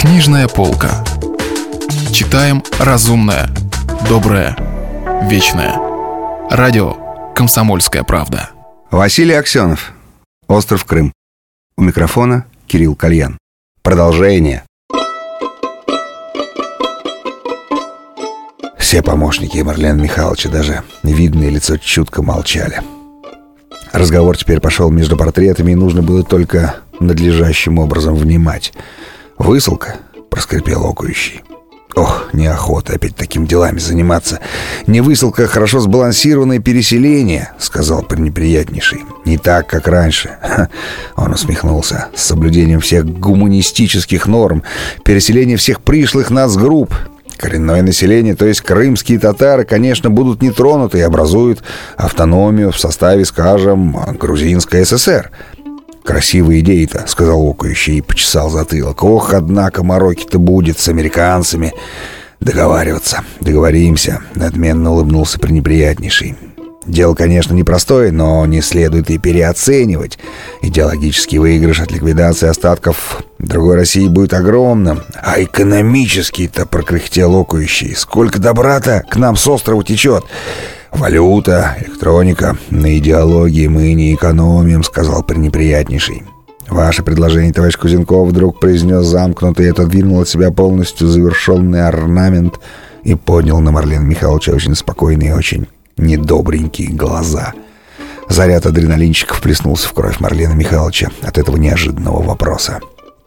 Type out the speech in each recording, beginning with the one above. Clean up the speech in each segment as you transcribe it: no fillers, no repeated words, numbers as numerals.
Книжная полка. Читаем разумное, доброе, вечное. Радио «Комсомольская правда». Василий Аксенов. Остров Крым. У микрофона Кирилл Кальян. Продолжение. Все помощники Марлена Михайловича, даже видное лицо, чутко молчали. Разговор теперь пошел между портретами, и нужно было только надлежащим образом внимать. «Высылка?» — проскрипел окующий. «Ох, неохота опять такими делами заниматься. Не высылка, а хорошо сбалансированное переселение», — сказал пренеприятнейший. «Не так, как раньше». Он усмехнулся. «С соблюдением всех гуманистических норм. Переселение всех пришлых нацгрупп. Коренное население, то есть крымские татары, конечно, будут не тронуты и образуют автономию в составе, скажем, Грузинской ССР». «Красивые идеи-то», — сказал окующий и почесал затылок. «Ох, однако мороки-то будет с американцами договариваться». «Договоримся», — надменно улыбнулся пренеприятнейший. «Дело, конечно, непростое, но не следует и переоценивать. Идеологический выигрыш от ликвидации остатков другой России будет огромным. А экономический-то», — прокряхтел окующий, — «сколько добра-то к нам с острова течет». «Валюта, электроника, на идеологии мы не экономим», — сказал пренеприятнейший. «Ваше предложение, товарищ Кузенков», — вдруг произнес замкнутый и отодвинул от себя полностью завершенный орнамент и поднял на Марлена Михайловича очень спокойные и очень недобренькие глаза. Заряд адреналинчика вплеснулся в кровь Марлена Михайловича от этого неожиданного вопроса.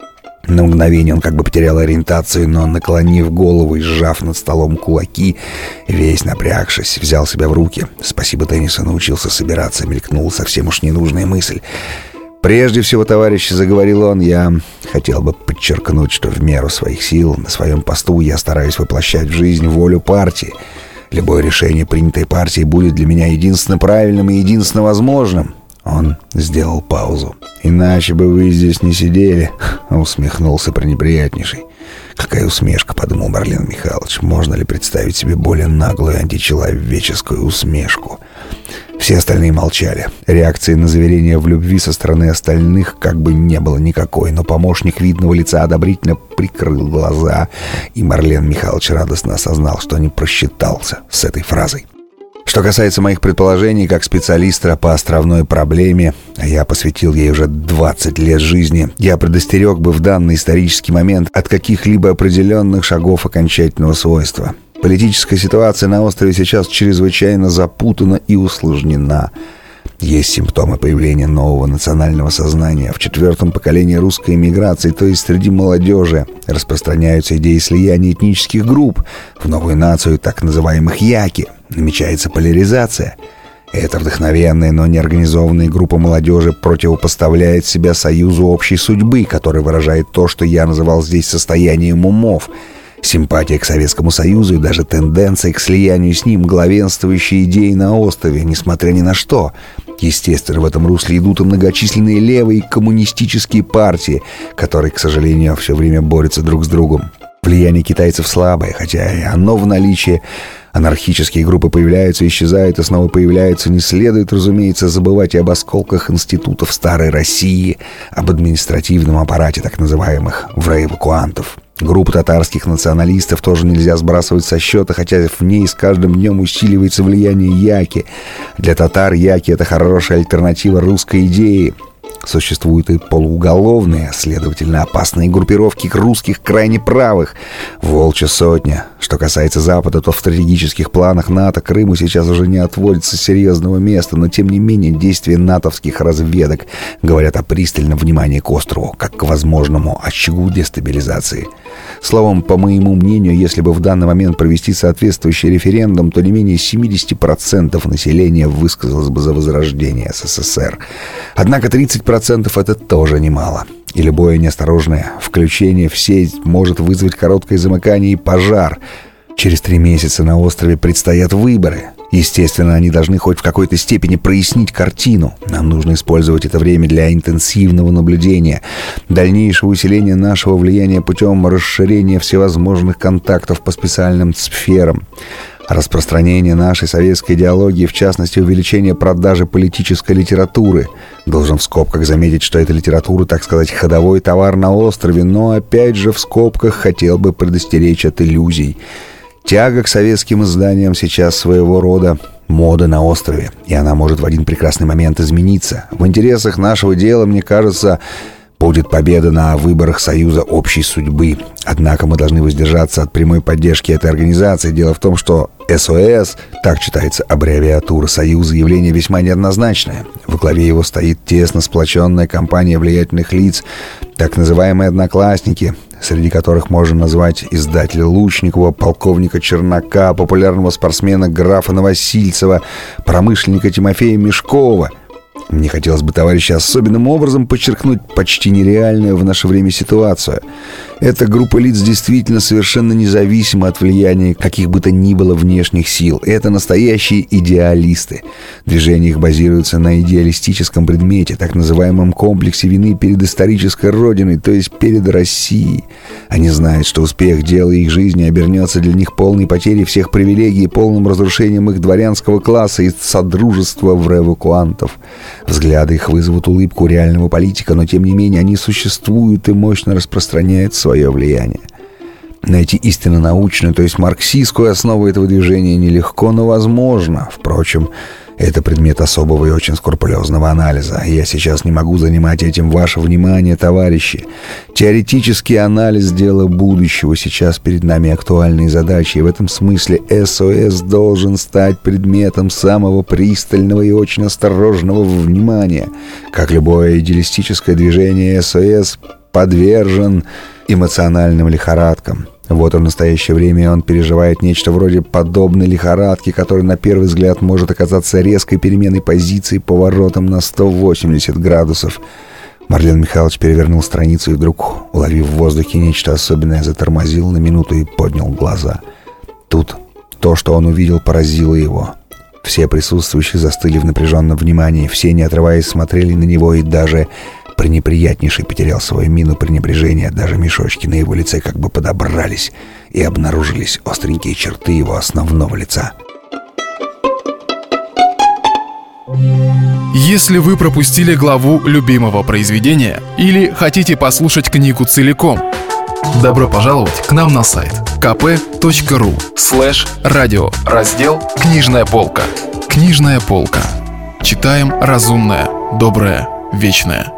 На мгновение он как бы потерял ориентацию, но, наклонив голову и сжав над столом кулаки, весь напрягшись, взял себя в руки. «Спасибо теннису, научился собираться», — мелькнула совсем уж ненужная мысль. «Прежде всего, товарищи, — заговорил он, — я хотел бы подчеркнуть, что в меру своих сил на своем посту я стараюсь воплощать в жизнь волю партии. Любое решение, принятое партией, будет для меня единственно правильным и единственно возможным». Он сделал паузу. «Иначе бы вы здесь не сидели», — усмехнулся пренеприятнейший. «Какая усмешка», — подумал Марлен Михайлович. «Можно ли представить себе более наглую античеловеческую усмешку?» Все остальные молчали. Реакции на заверение в любви со стороны остальных как бы не было никакой, но помощник видного лица одобрительно прикрыл глаза, и Марлен Михайлович радостно осознал, что не просчитался с этой фразой. Что касается моих предположений, как специалиста по островной проблеме, а я посвятил ей уже 20 лет жизни, я предостерег бы в данный исторический момент от каких-либо определенных шагов окончательного свойства. Политическая ситуация на острове сейчас чрезвычайно запутана и усложнена. Есть симптомы появления нового национального сознания. В 4-м поколении русской эмиграции, то есть среди молодежи, распространяются идеи слияния этнических групп. В новую нацию так называемых яки намечается поляризация. Эта вдохновенная, но неорганизованная группа молодежи противопоставляет себя союзу общей судьбы, который выражает то, что я называл здесь состоянием умов. Симпатия к Советскому Союзу и даже тенденция к слиянию с ним, главенствующие идеи на острове, несмотря ни на что. Естественно, в этом русле идут и многочисленные левые коммунистические партии, которые, к сожалению, все время борются друг с другом. Влияние китайцев слабое, хотя и оно в наличии. Анархические группы появляются, исчезают и снова появляются. Не следует, разумеется, забывать и об осколках институтов старой России, об административном аппарате так называемых враэвакуантов. Группу татарских националистов тоже нельзя сбрасывать со счета, хотя в ней с каждым днем усиливается влияние яки. Для татар яки — это хорошая альтернатива русской идее. Существуют и полууголовные, следовательно, опасные группировки русских крайне правых. «Волчья сотня». Что касается Запада, то в стратегических планах НАТО Крыму сейчас уже не отводится серьезного места, но тем не менее действия натовских разведок говорят о пристальном внимании к острову, как к возможному очагу дестабилизации. Словом, по моему мнению, если бы в данный момент провести соответствующий референдум, то не менее 70% населения высказалось бы за возрождение СССР. Однако 30% это тоже немало. И любое неосторожное включение в сеть может вызвать короткое замыкание и пожар. Через 3 месяца на острове предстоят выборы. Естественно, они должны хоть в какой-то степени прояснить картину. Нам нужно использовать это время для интенсивного наблюдения, дальнейшего усиления нашего влияния путем расширения всевозможных контактов по специальным сферам. Распространение нашей советской идеологии, в частности, увеличение продажи политической литературы. Должен в скобках заметить, что эта литература, так сказать, ходовой товар на острове, но опять же в скобках хотел бы предостеречь от иллюзий. Тяга к советским изданиям сейчас своего рода мода на острове, и она может в один прекрасный момент измениться. В интересах нашего дела, мне кажется, будет победа на выборах Союза общей судьбы. Однако мы должны воздержаться от прямой поддержки этой организации. Дело в том, что СОС, так читается аббревиатура Союза, явление весьма неоднозначное. Во главе его стоит тесно сплоченная компания влиятельных лиц, так называемые «одноклассники», среди которых можно назвать издателя Лучникова, полковника Чернака, популярного спортсмена графа Новосильцева, промышленника Тимофея Мешкова. Мне хотелось бы, товарищи, особенным образом подчеркнуть почти нереальную в наше время ситуацию. Эта группа лиц действительно совершенно независима от влияния каких бы то ни было внешних сил. Это настоящие идеалисты. Движение их базируется на идеалистическом предмете, так называемом комплексе вины перед исторической родиной, то есть перед Россией. Они знают, что успех дела их жизни обернется для них полной потерей всех привилегий и полным разрушением их дворянского класса и содружества в эвакуантов. Взгляды их вызовут улыбку реального политика, но тем не менее они существуют и мощно распространяют свое влияние. Найти истинно научную, то есть марксистскую основу этого движения нелегко, но возможно. Впрочем, это предмет особого и очень скрупулезного анализа. Я сейчас не могу занимать этим ваше внимание, товарищи. Теоретический анализ дела будущего сейчас перед нами актуальные задачи, и в этом смысле СОС должен стать предметом самого пристального и очень осторожного внимания. Как любое идеалистическое движение, СОС подвержен эмоциональным лихорадкам. Вот в настоящее время он переживает нечто вроде подобной лихорадки, которая на первый взгляд может оказаться резкой переменой позиции, поворотом на 180 градусов. Марлен Михайлович перевернул страницу и вдруг, уловив в воздухе нечто особенное, затормозил на минуту и поднял глаза. Тут то, что он увидел, поразило его. Все присутствующие застыли в напряженном внимании, все, не отрываясь, смотрели на него, и даже пренеприятнейший потерял свою мину пренебрежения. Даже мешочки на его лице как бы подобрались, и обнаружились остренькие черты его основного лица. Если вы пропустили главу любимого произведения или хотите послушать книгу целиком, добро пожаловать к нам на сайт kp.ru/радио, раздел «Книжная полка». Книжная полка. Читаем разумное, доброе, вечное.